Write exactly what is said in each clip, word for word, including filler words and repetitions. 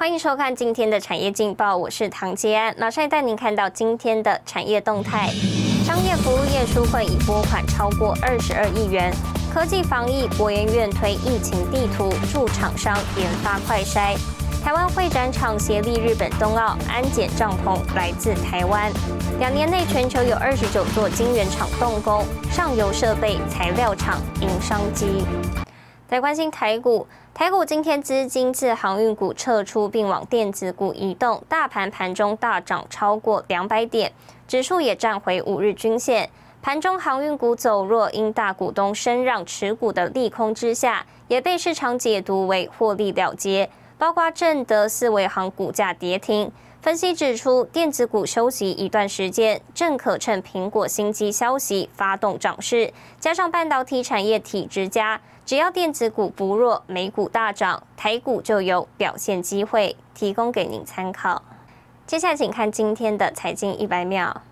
欢迎收看今天的产业劲报，我是唐杰安，马上带您看到今天的产业动态。商业服务业纾困已拨款超过二十二亿元，科技防疫，国研院推疫情地图，助厂商研发快筛。台湾会展厂协力日本冬奥，安检帐篷来自台湾。两年内，全球有二十九座晶圆厂动工，上游设备、材料厂营商机。来关心台股，台股今天资金自航运股撤出，并往电子股移动，大盘盘中大涨超过两百点，指数也站回五日均线。盘中航运股走弱，因大股东升让持股的利空之下，也被市场解读为获利了结。包括正德、四维航股价跌停。分析指出，电子股休息一段时间，正可趁苹果新机消息发动涨势，加上半导体产业体质佳，只要电子股不弱，美股大涨，台股就有表现机会，提供给您参考。接下来请看今天的财经一百秒。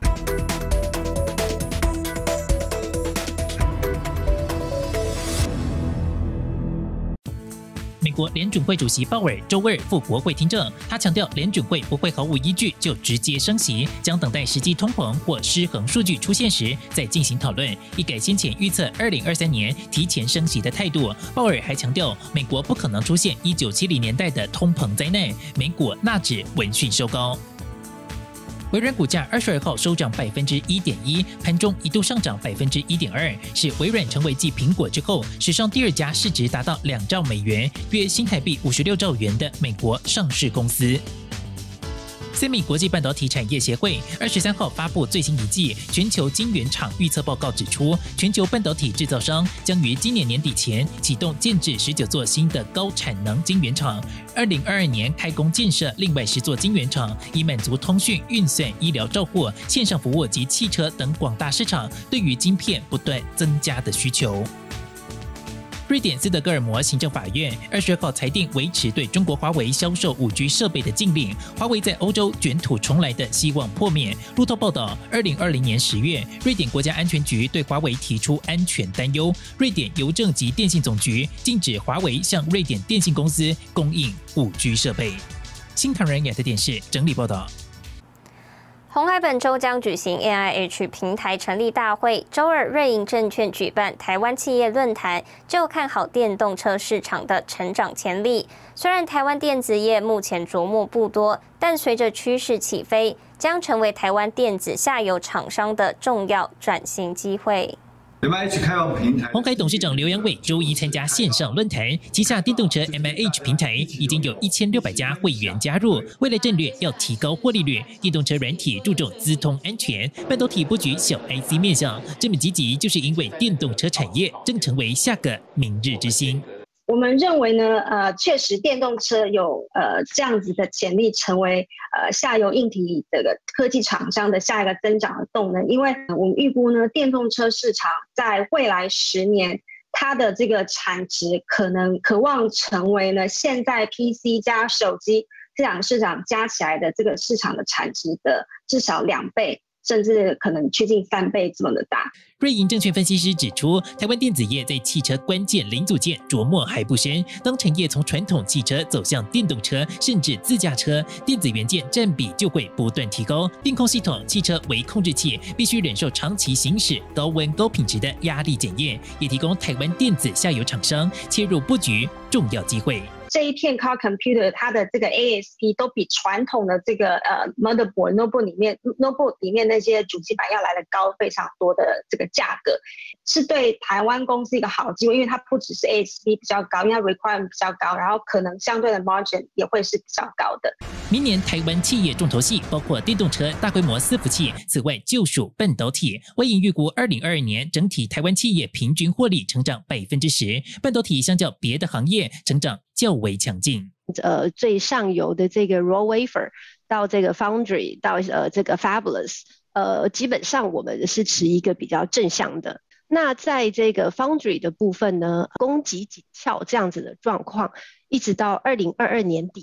美国联准会主席鲍尔周二赴国会听证，他强调联准会不会毫无依据就直接升息，将等待实际通膨或失衡数据出现时再进行讨论，一改先前预测二零二三年提前升息的态度。鲍尔还强调，美国不可能出现一九七零年代的通膨灾难，美股纳指闻讯收高。微软股价二十二号收涨百分之一点一，盘中一度上涨百分之一点二，使微软成为继苹果之后史上第二家市值达到两兆美元，约新台币五十六兆元的美国上市公司。S E M I 国际半导体产业协会二十三号发布最新一季全球晶圆厂预测报告，指出，全球半导体制造商将于今年年底前启动建制十九座新的高产能晶圆厂，二零二二年开工建设另外十座晶圆厂，以满足通讯、运算、医疗照护、线上服务及汽车等广大市场对于晶片不断增加的需求。瑞典斯德哥尔摩行政法院二十二号裁定维持对中国华为销售 五 G 设备的禁令，华为在欧洲卷土重来的希望破灭。路透报道，二零二零年十月，瑞典国家安全局对华为提出安全担忧，瑞典邮政及电信总局禁止华为向瑞典电信公司供应 五 G 设备。新唐人亚太电视整理报道。 鸿海本周将举行 N I H 平台成立大会，周二瑞银证券举办台湾企业论坛，就看好电动车市场的成长潜力。虽然台湾电子业目前琢磨不多，但随着趋势起飞，将成为台湾电子下游厂商的重要转型机会。 M I H 开放平台， 鸿海董事长刘扬伟周一参加线上论坛，旗下电动车 M I H 平台已经有一千六百家会员加入。为了战略要提高获利率，电动车软体注重资通安全，半导体布局小 I C 面向，这么积极，就是因为电动车产业正成为下个明日之星。 我们认为呢，呃，确实电动车有呃这样子的潜力，成为呃下游硬体这个科技厂商的下一个增长的动能。因为我们预估呢，电动车市场在未来十年，它的这个产值可能可望成为呢现在 P C 加手机这两个市场加起来的这个市场的产值的至少两倍。甚至可能接近三倍这么的大。 瑞银证券分析师指出，台湾电子业在汽车关键零组件琢磨还不深，当产业从传统汽车走向电动车，甚至自驾车，电子元件占比就会不断提高。电控系统、汽车微控制器必须忍受长期行驶、高温高品质的压力检验，也提供台湾电子下游厂商切入布局重要机会。 这一片 car computer 它的这个 A S P 都比传统的这个呃 motherboard notebook 里面 notebook 里面那些主机板要来的高非常多的这个价格，是对台湾公司一个好机会，因为它不只是 A S P 比较高，因为它 requirement 比较高，然后可能相对的 margin 也会是比较高的。 明年台湾企业重头戏包括电动车、大规模伺服器，此外就属半导体。外银预估二零二二年整体台湾企业平均获利成长百分之十，半导体相较别的行业成长较为强劲。 呃，最上游的这个 raw wafer 到这个 foundry 到呃这个 fabless， 呃，基本上我们是持一个比较正向的。那在这个 foundry 的部分呢，供给紧俏这样子的状况，一直到二零二二年底。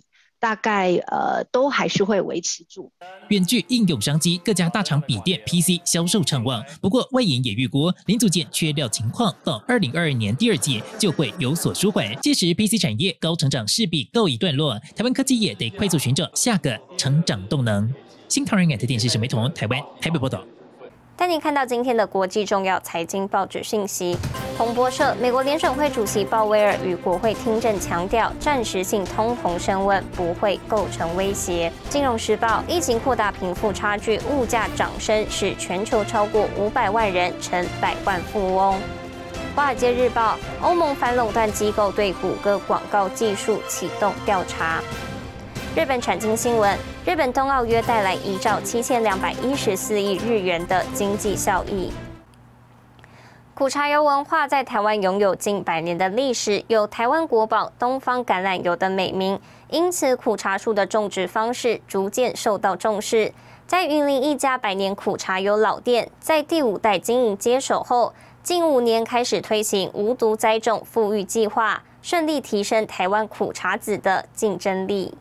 大概呃都还是会维持住。 远距应用商机，各家大厂笔电 P C 销售畅旺。不过外银也预估零组件缺料情况到二零二二年第二季就会有所舒缓，届时 P C 产业高成长势必告一段落，台湾科技业得快速寻找下个成长动能。新唐人亚太电视沈梅彤台湾台北报道。 带您看到今天的国际重要财经报纸讯息。彭博社，美国联准会主席鲍威尔与国会听证强调，暂时性通膨升温不会构成威胁。金融时报，疫情扩大贫富差距，物价涨升使全球超过五百万人成百万富翁。华尔街日报，欧盟反垄断机构对谷歌广告技术启动调查。日本产经新闻，日本冬奥约带来一兆七千两百一十四亿日元的经济效益。苦茶油文化在台湾拥有近百年的历史，有台湾国宝东方橄榄油的美名，因此苦茶树的种植方式逐渐受到重视。在云林一家百年苦茶油老店，在第五代经营接手后，近五年开始推行无毒栽种富裕计划，顺利提升台湾苦茶籽的竞争力。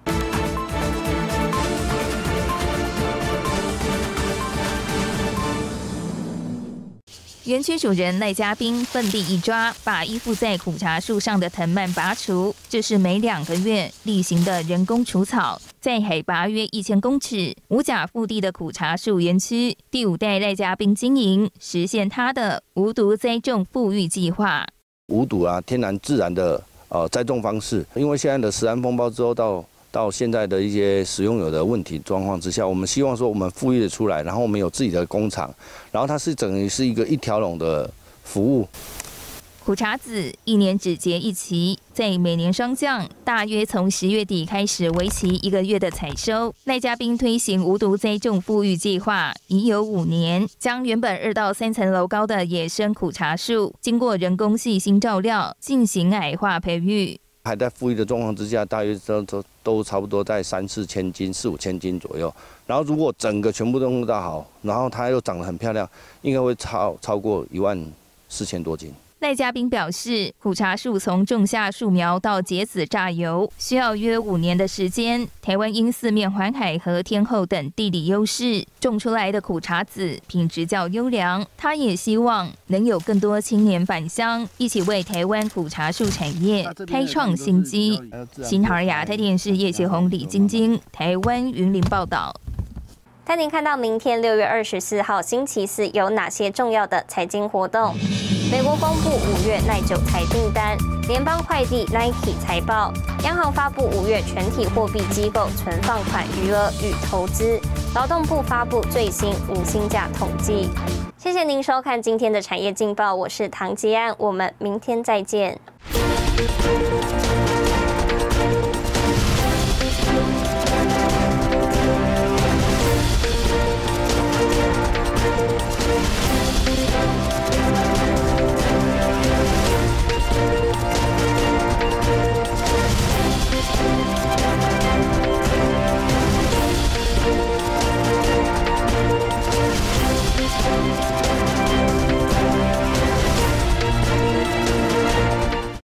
园区主人赖家斌奋力一抓，把依附在苦茶树上的藤蔓拔除。这是每两个月例行的人工除草。在海拔约一千公尺、无甲腹地的苦茶树园区，第五代赖家斌经营，实现他的无毒栽种富裕计划。 无毒啊，天然自然的呃栽种方式，因为现在的食安风暴之后到。到现在的一些使用有的问题状况之下，我们希望说我们富裕的出来，然后我们有自己的工厂，然后它是等于是一个一条龙的服务。 苦茶籽一年只结一期，在每年霜降，大约从十月底开始，为期一个月的采收。赖家斌推行无毒栽种富裕计划已有五年，将原本二到三层楼高的野生苦茶树，经过人工细心照料，进行矮化培育。 还在富裕的状况之下，大约都都都差不多在三四千斤、四五千斤左右。然后如果整个全部都弄到好，然后它又长得很漂亮，应该会超超过一万四千多斤。 赖家斌表示，苦茶树从种下树苗到结籽榨油，需要约五年的时间。台湾因四面环海和天候等地理优势，种出来的苦茶籽品质较优良。他也希望能有更多青年返乡，一起为台湾苦茶树产业开创新机。新唐人亚太电视叶启宏、李晶晶，台湾云林报道。 带您看到明天六月二十四号星期四有哪些重要的财经活动。美国公布五月耐久财订单，联邦快递 Nike 财报，央行发布五月全体货币机构存放款余额与投资，劳动部发布最新无薪假统计。谢谢您收看今天的产业劲报，我是唐吉安，我们明天再见。